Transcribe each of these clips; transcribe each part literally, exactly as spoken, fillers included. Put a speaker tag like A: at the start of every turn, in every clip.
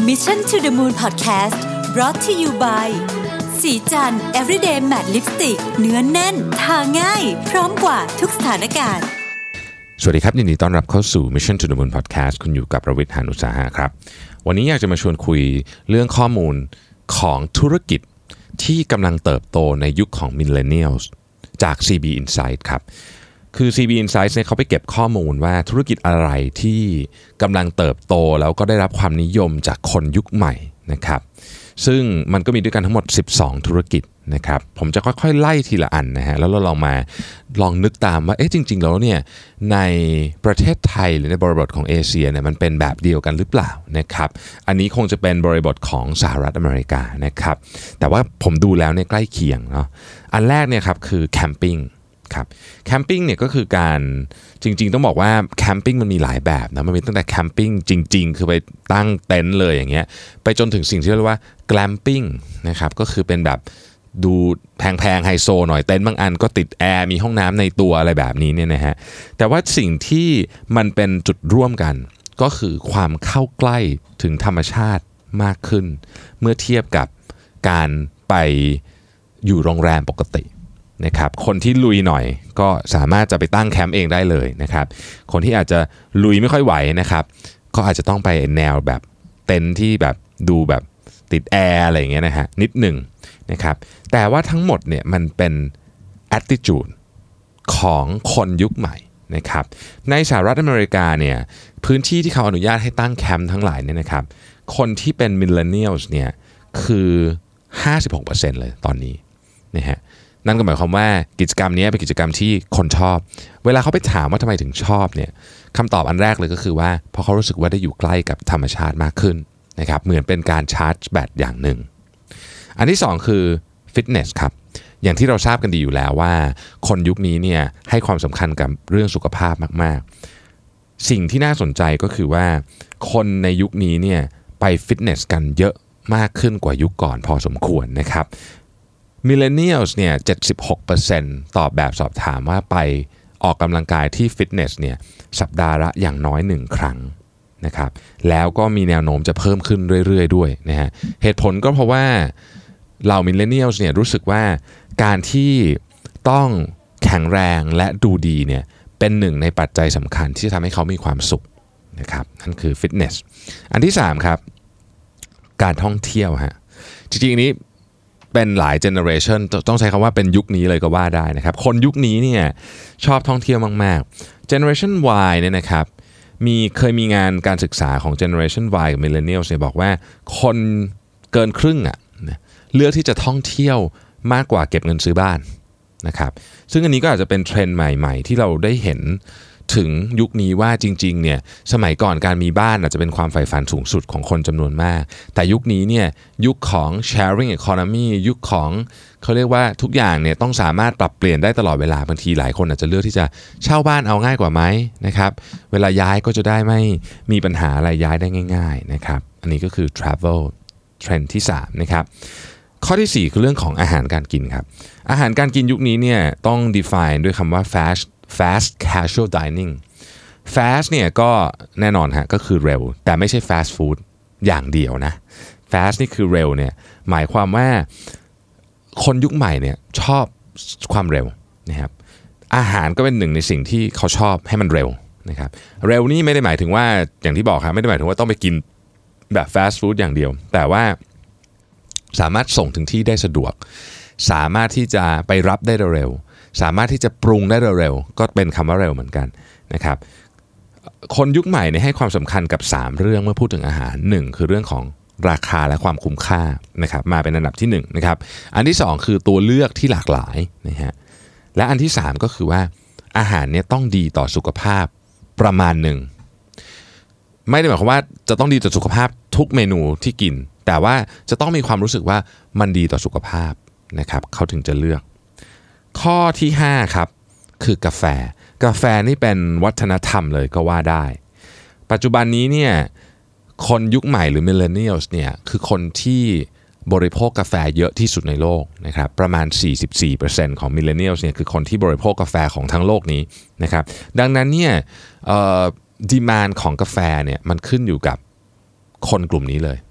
A: Mission to the Moon Podcast brought to you by สีจัน Everyday Matte Lipstick เนื้อนแน่นทาง่ายพร้อมกว่าทุกสถานการณ์
B: สวัสดีครับยินดีต้อนรับเข้าสู่ Mission to the Moon Podcast คุณอยู่กับประวิทย์ หาญอุตสาหะครับวันนี้อยากจะมาชวนคุยเรื่องข้อมูลของธุรกิจที่กำลังเติบโตในยุคของ Millennials จาก ซี บี Insight ครับคือ ซี บี Insights เนี่ยเขาไปเก็บข้อมูลว่าธุรกิจอะไรที่กำลังเติบโตแล้วก็ได้รับความนิยมจากคนยุคใหม่นะครับซึ่งมันก็มีด้วยกันทั้งหมดสิบสองธุรกิจนะครับผมจะค่อยๆไล่ทีละอันนะฮะแล้วเราลองมาลองนึกตามว่าเอ๊ะจริงๆแล้วเนี่ยในประเทศไทยหรือในบริบทของเอเชียเนี่ยมันเป็นแบบเดียวกันหรือเปล่านะครับอันนี้คงจะเป็นบริบทของสหรัฐอเมริกานะครับแต่ว่าผมดูแล้วเนี่ยใกล้เคียงเนาะอันแรกเนี่ยครับคือแคมปิ้งครับแคมปิ้งเนี่ยก็คือการจริงๆต้องบอกว่าแคมปิ้งมันมีหลายแบบนะมันมีตั้งแต่แคมปิ้งจริงๆคือไปตั้งเต็นท์เลยอย่างเงี้ยไปจนถึงสิ่งที่เรียกว่าแกลมปิ้งนะครับก็คือเป็นแบบดูแพงๆไฮโซหน่อยเต็นท์บางอันก็ติดแอร์มีห้องน้ำในตัวอะไรแบบนี้เนี่ยนะฮะแต่ว่าสิ่งที่มันเป็นจุดร่วมกันก็คือความเข้าใกล้ถึงธรรมชาติมากขึ้นเมื่อเทียบกับการไปอยู่โรงแรมปกตินะครับคนที่ลุยหน่อยก็สามารถจะไปตั้งแคมป์เองได้เลยนะครับคนที่อาจจะลุยไม่ค่อยไหวนะครับก็อาจจะต้องไปแนวแบบเต็นท์ที่แบบดูแบบติดแอร์อะไรอย่างเงี้ยนะฮะนิดหนึ่งนะครับแต่ว่าทั้งหมดเนี่ยมันเป็น attitude ของคนยุคใหม่นะครับในสหรัฐอเมริกาเนี่ยพื้นที่ที่เขาอนุญาตให้ตั้งแคมป์ทั้งหลายเนี่ยนะครับคนที่เป็น millennials เนี่ยคือ ห้าสิบหกเปอร์เซ็นต์ เลยตอนนี้นะฮะนั่นก็หมายความว่ากิจกรรมนี้เป็นกิจกรรมที่คนชอบเวลาเขาไปถามว่าทำไมถึงชอบเนี่ยคำตอบอันแรกเลยก็คือว่าเพราะเขารู้สึกว่าได้อยู่ใกล้กับธรรมชาติมากขึ้นนะครับเหมือนเป็นการชาร์จแบตอย่างหนึ่งอันที่สองคือฟิตเนสครับอย่างที่เราทราบกันดีอยู่แล้วว่าคนยุคนี้เนี่ยให้ความสำคัญกับเรื่องสุขภาพมากๆสิ่งที่น่าสนใจก็คือว่าคนในยุคนี้เนี่ยไปฟิตเนสกันเยอะมากขึ้นกว่ายุคก่อนพอสมควรนะครับMillennials เนี่ย เจ็ดสิบหกเปอร์เซ็นต์ ตอบแบบสอบถามว่าไปออกกำลังกายที่ฟิตเนสเนี่ยสัปดาห์ละอย่างน้อยหนึ่งครั้งนะครับแล้วก็มีแนวโน้มจะเพิ่มขึ้นเรื่อยๆด้วยนะฮะเหตุผลก็เพราะว่าเหล่า Millennials เนี่ยรู้สึกว่าการที่ต้องแข็งแรงและดูดีเนี่ยเป็นหนึ่งในปัจจัยสำคัญที่จะทำให้เขามีความสุขนะครับนั่นคือฟิตเนสอันที่สามครับการท่องเที่ยวฮะจริงๆอันนี้เป็นหลายเจเนอเรชันต้องใช้คำว่าเป็นยุคนี้เลยก็ว่าได้นะครับคนยุคนี้เนี่ยชอบท่องเที่ยวมากๆ Generation Y เนี่ยนะครับมีเคยมีงานการศึกษาของ Generation Y กับ Millennials เนี่ยบอกว่าคนเกินครึ่งอ่ะเลือกที่จะท่องเที่ยวมากกว่าเก็บเงินซื้อบ้านนะครับซึ่งอันนี้ก็อาจจะเป็นเทรนด์ใหม่ๆที่เราได้เห็นถึงยุคนี้ว่าจริงๆเนี่ยสมัยก่อนการมีบ้านอาจจะเป็นความใฝ่ฝันสูงสุดของคนจำนวนมากแต่ยุคนี้เนี่ยยุคของ sharing economy ยุคของเขาเรียกว่าทุกอย่างเนี่ยต้องสามารถปรับเปลี่ยนได้ตลอดเวลาบางทีหลายคนอาจจะเลือกที่จะเช่าบ้านเอาง่ายกว่าไหมนะครับเวลาย้ายก็จะได้ไม่มีปัญหาอะไรย้ายได้ง่ายๆนะครับอันนี้ก็คือ travel เทรนด์ที่สามนะครับข้อที่สี่คือเรื่องของอาหารการกินครับอาหารการกินยุคนี้เนี่ยต้อง define ด้วยคำว่า fast fast casual dining fast เนี่ยก็แน่นอนฮะก็คือเร็วแต่ไม่ใช่ fast food อย่างเดียวนะ fast นี่คือเร็วเนี่ยหมายความว่าคนยุคใหม่เนี่ยชอบความเร็วนะครับอาหารก็เป็นหนึ่งในสิ่งที่เขาชอบให้มันเร็วนะครับเร็วนี่ไม่ได้หมายถึงว่าอย่างที่บอกครับไม่ได้หมายถึงว่าต้องไปกินแบบ fast food อย่างเดียวแต่ว่าสามารถส่งถึงที่ได้สะดวกสามารถที่จะไปรับได้เร็วสามารถที่จะปรุงได้เร็วๆก็เป็นคำว่าเร็วเหมือนกันนะครับคนยุคใหม่เนี่ยให้ความสำคัญกับสามเรื่องเมื่อพูดถึงอาหารหนึ่งคือเรื่องของราคาและความคุ้มค่านะครับมาเป็นอันดับที่หนึ่งนะครับอันที่สองคือตัวเลือกที่หลากหลายนะฮะและอันที่สามก็คือว่าอาหารเนี่ยต้องดีต่อสุขภาพประมาณหนึ่งไม่ได้หมายความว่าจะต้องดีต่อสุขภาพทุกเมนูที่กินแต่ว่าจะต้องมีความรู้สึกว่ามันดีต่อสุขภาพนะครับเขาถึงจะเลือกข้อที่ห้าครับคือกาแฟกาแฟนี่เป็นวัฒนธรรมเลยก็ว่าได้ปัจจุบันนี้เนี่ยคนยุคใหม่หรือ Millennials เนี่ยคือคนที่บริโภคกาแฟเยอะที่สุดในโลกนะครับประมาณ สี่สิบสี่เปอร์เซ็นต์ ของ Millennials เนี่ยคือคนที่บริโภคกาแฟของทั้งโลกนี้นะครับดังนั้นเนี่ยเอ่อดีมานด์ของกาแฟเนี่ยมันขึ้นอยู่กับคนกลุ่มนี้เลย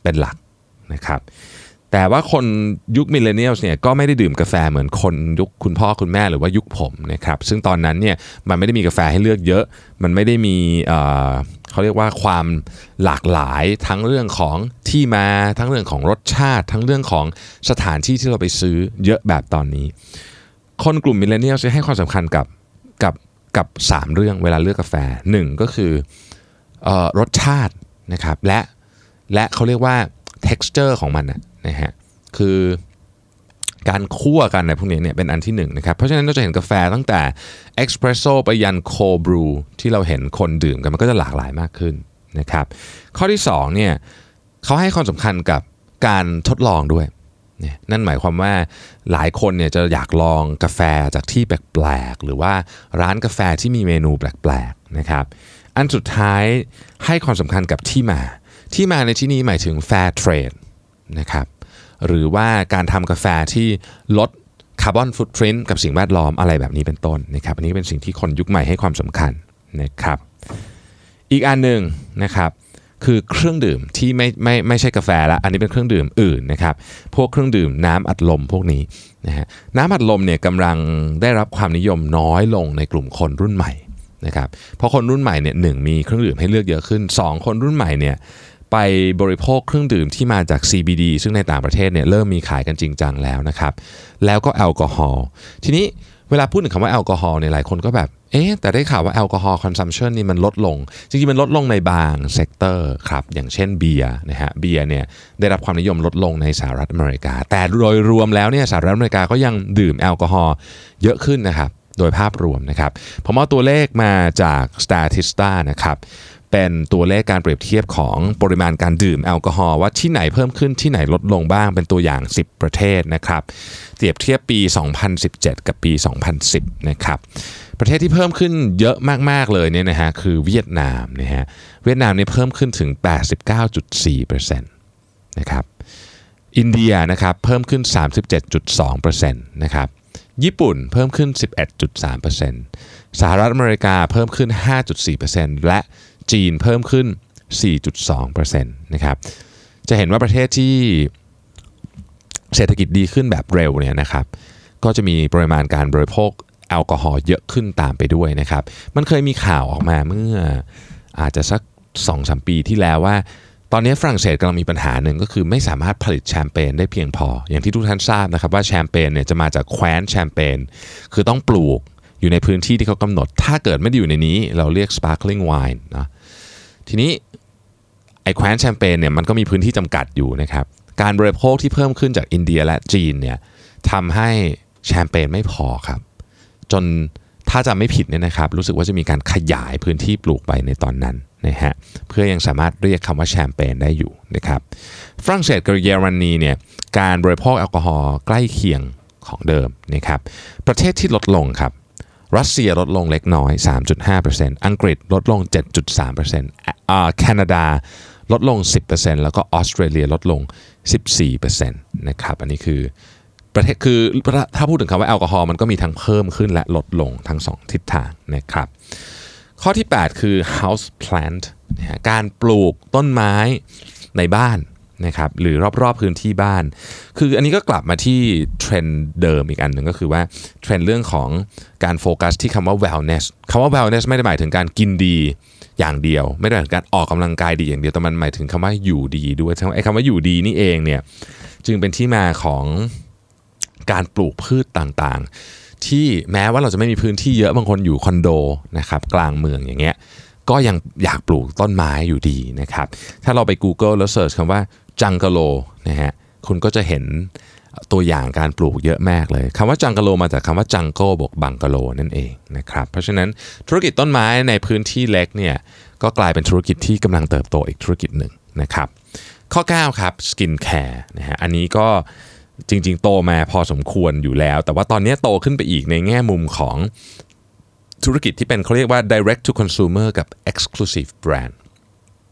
B: เป็นหลักนะครับแต่ว่าคนยุคมิลเลนเนียลเนี่ยก็ไม่ได้ดื่มกาแฟเหมือนคนยุคคุณพ่อคุณแม่หรือว่ายุคผมนะครับซึ่งตอนนั้นเนี่ยมันไม่ได้มีกาแฟให้เลือกเยอะมันไม่ได้มีเอ่อเขาเรียกว่าความหลากหลายทั้งเรื่องของที่มาทั้งเรื่องของรสชาติทั้งเรื่องของสถานที่ที่เราไปซื้อเยอะแบบตอนนี้คนกลุ่มมิลเลนเนียลจะให้ความสำคัญกับกับกับสามเรื่องเวลาเลือกกาแฟหนึ่งก็คือเอ่อรสชาตินะครับและและเขาเรียกว่า texture ของมันนะนะฮะคือการคั่วกันในพวกนี้เนี่ยเป็นอันที่หนึ่งนะครับเพราะฉะนั้นเราจะเห็นกาแฟตั้งแต่เอ็กซ์เพรสโซ่ไปยันโคลด์บรูที่เราเห็นคนดื่มกันมันก็จะหลากหลายมากขึ้นนะครับข้อที่สองเนี่ยเขาให้ความสำคัญกับการทดลองด้วยนั่นหมายความว่าหลายคนเนี่ยจะอยากลองกาแฟจากที่แปลกๆหรือว่าร้านกาแฟที่มีเมนูแปลกๆนะครับอันสุดท้ายให้ความสำคัญกับที่มาที่มาในที่นี้หมายถึง Fair Trade นะครับหรือว่าการทำกาแฟที่ลดคาร์บอนฟุตพริ้นท์กับสิ่งแวดล้อมอะไรแบบนี้เป็นต้นนะครับอันนี้เป็นสิ่งที่คนยุคใหม่ให้ความสำคัญนะครับอีกอันหนึ่งนะครับคือเครื่องดื่มที่ไม่ไม่ไม่ใช่กาแฟละอันนี้เป็นเครื่องดื่มอื่นนะครับพวกเครื่องดื่มน้ำอัดลมพวกนี้นะฮะน้ำอัดลมเนี่ยกำลังได้รับความนิยมน้อยลงในกลุ่มคนรุ่นใหม่นะครับเพราะคนรุ่นใหม่เนี่ยหนึ่งมีเครื่องดื่มให้เลือกเยอะขึ้นสองคนรุ่นใหม่เนี่ยไปบริโภคเครื่องดื่มที่มาจาก ซี บี ดี ซึ่งในต่างประเทศเนี่ยเริ่มมีขายกันจริงจังแล้วนะครับแล้วก็แอลกอฮอล์ทีนี้เวลาพูดถึงคำว่าแอลกอฮอล์เนี่ยหลายคนก็แบบเอ๊ะแต่ได้ข่าวว่าแอลกอฮอล์คอนซัมชันนี่มันลดลงจริงๆมันลดลงในบางเซกเตอร์ครับอย่างเช่นเบียร์นะฮะเบียร์เนี่ยได้รับความนิยมลดลงในสหรัฐอเมริกาแต่โดยรวมแล้วเนี่ยสหรัฐอเมริกาก็ยังดื่มแอลกอฮอล์เยอะขึ้นนะครับโดยภาพรวมนะครับผมเอาตัวเลขมาจาก Statista นะครับเป็นตัวเลขการเปรียบเทียบของปริมาณการดื่มแอลกอฮอล์ว่าที่ไหนเพิ่มขึ้นที่ไหนลดลงบ้างเป็นตัวอย่างสิบประเทศนะครับเปรียบเทียบปีสองพันสิบเจ็ดกับปีสองพันสิบนะครับประเทศที่เพิ่มขึ้นเยอะมากๆเลยเนี่ยนะฮะคือเวียดนามนะฮะเวียดนามนี่เพิ่มขึ้นถึง แปดสิบเก้าจุดสี่เปอร์เซ็นต์ นะครับอินเดียนะครับเพิ่มขึ้น สามสิบเจ็ดจุดสองเปอร์เซ็นต์ นะครับญี่ปุ่นเพิ่มขึ้น สิบเอ็ดจุดสามเปอร์เซ็นต์ สหรัฐอเมริกาเพิ่มขึ้น ห้าจุดสี่เปอร์เซ็นต์ และจีนเพิ่มขึ้น สี่จุดสองเปอร์เซ็นต์ นะครับจะเห็นว่าประเทศที่เศรษฐกิจดีขึ้นแบบเร็วเนี่ยนะครับก็จะมีปริมาณการบริโภคแอลกอฮอล์เยอะขึ้นตามไปด้วยนะครับมันเคยมีข่าวออกมาเมื่ออาจจะสัก สองถึงสาม ปีที่แล้วว่าตอนนี้ฝรั่งเศสกำลังมีปัญหาหนึ่งก็คือไม่สามารถผลิตแชมเปญได้เพียงพออย่างที่ทุกท่านทราบนะครับว่าแชมเปญเนี่ยจะมาจากแคว้นแชมเปญคือต้องปลูกอยู่ในพื้นที่ที่เขากำหนดถ้าเกิดไม่ได้อยู่ในนี้เราเรียก sparkling wine นะทีนี้ไอ้แคว้นแชมเปญเนี่ยมันก็มีพื้นที่จำกัดอยู่นะครับการบริโภคที่เพิ่มขึ้นจากอินเดียและจีนเนี่ยทำให้แชมเปญไม่พอครับจนถ้าจำไม่ผิดเนี่ยนะครับรู้สึกว่าจะมีการขยายพื้นที่ปลูกไปในตอนนั้นนะฮะเพื่อยังสามารถเรียกคำว่าแชมเปญได้อยู่นะครับฝรั่งเศสกับเยอรมนีเนี่ยการบริโภคแอลกอฮอล์ใกล้เคียงของเดิมนะครับประเทศที่ลดลงครับรัสเซียลดลงเล็กน้อย สามจุดห้าเปอร์เซ็นต์ อังกฤษลดลง เจ็ดจุดสามเปอร์เซ็นต์ อ่าแคนาดาลดลง สิบเปอร์เซ็นต์ แล้วก็ออสเตรเลียลดลง สิบสี่เปอร์เซ็นต์ นะครับอันนี้คือประเทศคือถ้าพูดถึงคำว่าแอลกอฮอล์มันก็มีทั้งเพิ่มขึ้นและลดลงทั้งสองทิศทางนะครับข้อที่แปดคือ house plant นะฮะการปลูกต้นไม้ในบ้านนะครับหรือรอบๆพื้นที่บ้านคืออันนี้ก็กลับมาที่เทรนด์เดิมอีกอันหนึ่งก็คือว่าเทรนด์เรื่องของการโฟกัสที่คำว่า wellness คำว่า wellness ไม่ได้หมายถึงการกินดีอย่างเดียวไม่ได้หมายถึงการออกกำลังกายดีอย่างเดียวแต่มันหมายถึงคำว่าอยู่ดีด้วยไอ้คำว่าอยู่ดีนี่เองเนี่ยจึงเป็นที่มาของการปลูกพืชต่างๆที่แม้ว่าเราจะไม่มีพื้นที่เยอะบางคนอยู่คอนโดนะครับกลางเมืองอย่างเงี้ยก็ยังอยากปลูกต้นไม้อยู่ดีนะครับถ้าเราไป Google แล้วเสิร์ชคำว่าจังกะโลนะฮะคุณก็จะเห็นตัวอย่างการปลูกเยอะมากเลยคำว่าจังกะโลมาจากคำว่าจังโก้บวกบังกะโลนั่นเองนะครับเพราะฉะนั้นธุรกิจต้นไม้ในพื้นที่เล็กเนี่ยก็กลายเป็นธุรกิจที่กำลังเติบโตอีกธุรกิจหนึ่งนะครับข้อเก้าครับสกินแคร์นะฮะอันนี้ก็จริงๆโตมาพอสมควรอยู่แล้วแต่ว่าตอนนี้โตขึ้นไปอีกในแง่มุมของธุรกิจที่เป็นเขาเรียกว่า direct to consumer กับ exclusive brand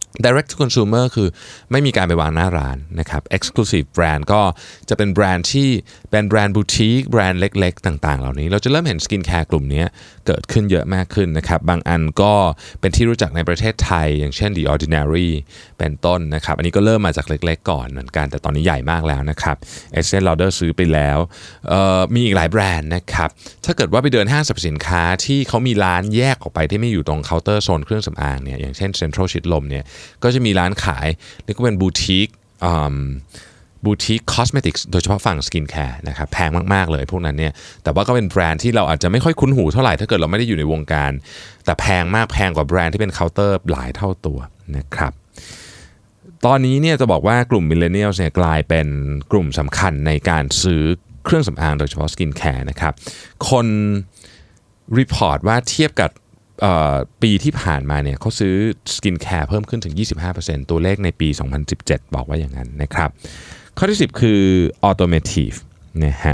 B: direct to consumer คือไม่มีการไปวางหน้าร้านนะครับ exclusive brand ก็จะเป็นแบรนด์ที่เป็นแบรนด์บูติกแบรนด์เล็กๆต่างๆเหล่านี้เราจะเริ่มเห็นสกินแคร์กลุ่มนี้เกิดขึ้นเยอะมากขึ้นนะครับบางอันก็เป็นที่รู้จักในประเทศไทยอย่างเช่น The Ordinary เป็นต้นนะครับอันนี้ก็เริ่มมาจากเล็กๆก่อนเหมือนกันแต่ตอนนี้ใหญ่มากแล้วนะครับ Estée Lauder ซื้อไปแล้วมีอีกหลายแบรนด์นะครับถ้าเกิดว่าไปเดินห้างสรรพสินค้าที่เขามีร้านแยกออกไปที่ไม่อยู่ตรงเคาน์เตอร์โซนเครื่องสำอางเนี่ยอย่างเช่น Central ชิดลมเนี่ยก็จะมีร้านขายนี่ก็เป็นบูติกบูติกคอสเมติกส์โดยเฉพาะฝั่งสกินแคร์นะครับแพงมากๆเลยพวกนั้นเนี่ยแต่ว่าก็เป็นแบรนด์ที่เราอาจจะไม่ค่อยคุ้นหูเท่าไหร่ถ้าเกิดเราไม่ได้อยู่ในวงการแต่แพงมากแพงกว่าแบรนด์ที่เป็นเคาน์เตอร์หลายเท่าตัวนะครับตอนนี้เนี่ยจะบอกว่ากลุ่มมิลเลนเนียลเนี่ยกลายเป็นกลุ่มสำคัญในการซื้อเครื่องสำอางโดยเฉพาะสกินแคร์นะครับคนรีพอร์ตว่าเทียบกับปีที่ผ่านมาเนี่ยเขาซื้อสกินแคร์เพิ่มขึ้นถึง ยี่สิบห้าเปอร์เซ็นต์ ตัวเลขในปีสองพันสิบเจ็ดบอกว่าอย่างนั้นนะครับข้อที่สิบคือ automotive นะฮะ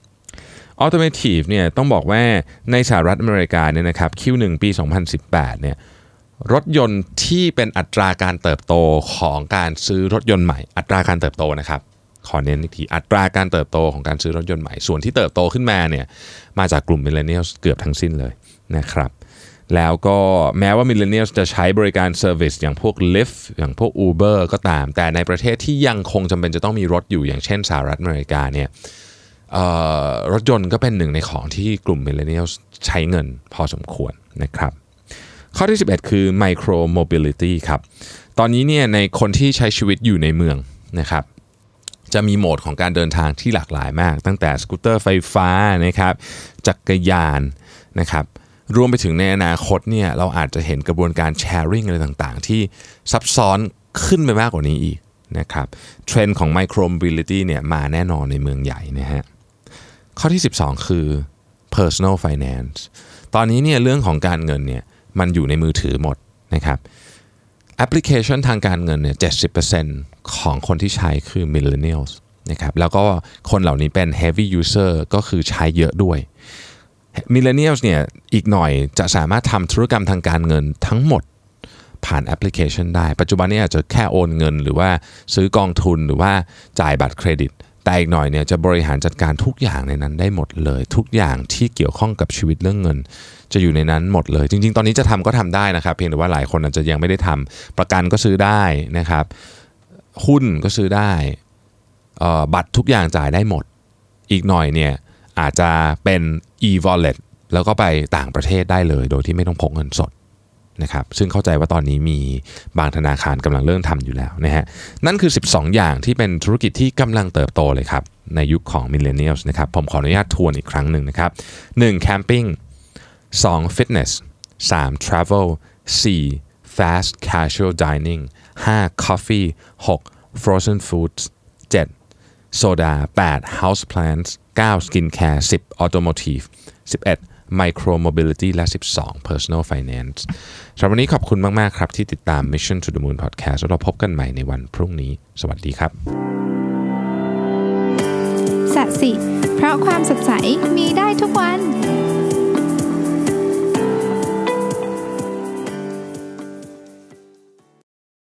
B: automotive เนี่ยต้องบอกว่าในสหรัฐอเมริกาเนี่ยนะครับ คิว หนึ่ง ปีสองพันสิบแปดเนี่ยรถยนต์ที่เป็นอัตราการเติบโตของการซื้อรถยนต์ใหม่อัตราการเติบโตนะครับขอเน้นอีกทีอัตราการเติบโตของการซื้อรถยนต์ใหม่ส่วนที่เติบโตขึ้นมาเนี่ยมาจากกลุ่มมิลเลนเนียลเกือบทั้งสิ้นเลยนะครับแล้วก็แม้ว่ามิลเลนเนียลจะใช้บริการเซอร์วิสอย่างพวก Lyft อย่างพวก Uber ก็ตามแต่ในประเทศที่ยังคงจำเป็นจะต้องมีรถอยู่อย่างเช่นสหรัฐอเมริกาเนี่ยรถยนต์ก็เป็นหนึ่งในของที่กลุ่มมิลเลนเนียลใช้เงินพอสมควรนะครับข้อที่สิบเอ็ดคือ Micro Mobility ครับตอนนี้เนี่ยในคนที่ใช้ชีวิตอยู่ในเมืองนะครับจะมีโหมดของการเดินทางที่หลากหลายมากตั้งแต่สกูตเตอร์ไฟฟ้านะครับจักรยานนะครับรวมไปถึงในอนาคตเนี่ยเราอาจจะเห็นกระบวนการแชร์ริ่งอะไรต่างๆที่ซับซ้อนขึ้นไปมากกว่านี้อีกนะครับเทรนด์ของ Micro Mobility เนี่ยมาแน่นอนในเมืองใหญ่นะฮะข้อที่สิบสองคือ Personal Finance ตอนนี้เนี่ยเรื่องของการเงินเนี่ยมันอยู่ในมือถือหมดนะครับแอปพลิเคชันทางการเงินเนี่ย เจ็ดสิบเปอร์เซ็นต์ ของคนที่ใช้คือ Millennials นะครับแล้วก็คนเหล่านี้เป็น Heavy User ก็คือใช้เยอะด้วยMillennials เนี่ยอีกหน่อยจะสามารถทำธุรกรรมทางการเงินทั้งหมดผ่านแอปพลิเคชันได้ปัจจุบันนี้อาจจะแค่โอนเงินหรือว่าซื้อกองทุนหรือว่าจ่ายบัตรเครดิตแต่อีกหน่อยเนี่ยจะบริหารจัดการทุกอย่างในนั้นได้หมดเลยทุกอย่างที่เกี่ยวข้องกับชีวิตเรื่องเงินจะอยู่ในนั้นหมดเลยจริงๆตอนนี้จะทำก็ทำได้นะครับเพียงแต่ว่าหลายคนอาจจะยังไม่ได้ทำประกันก็ซื้อได้นะครับหุ้นก็ซื้อได้บัตรทุกอย่างจ่ายได้หมดอีกหน่อยเนี่ยอาจจะเป็น e-wallet แล้วก็ไปต่างประเทศได้เลยโดยที่ไม่ต้องพกเงินสดนะครับซึ่งเข้าใจว่าตอนนี้มีบางธนาคารกำลังเริ่มทำอยู่แล้วนะฮะนั่นคือสิบสองอย่างที่เป็นธุรกิจที่กำลังเติบโตเลยครับในยุคของ Millennials นะครับผมขออนุญาตทวนอีกครั้งหนึ่งนะครับหนึ่ง camping สอง fitness สาม travel สี่ fast casual dining ห้า coffee หก frozen foods เจ็ด soda แปด house plants เก้า skincare สิบ automotive สิบเอ็ด micro mobility และสิบสอง personal finance สำหรับวันนี้ขอบคุณมากๆครับที่ติดตาม Mission to the Moon Podcast แล้วเราพบกันใหม่ในวันพรุ่งนี้สวัสดีครับ
C: สัสิเพราะความสดใสมีได้ทุกวัน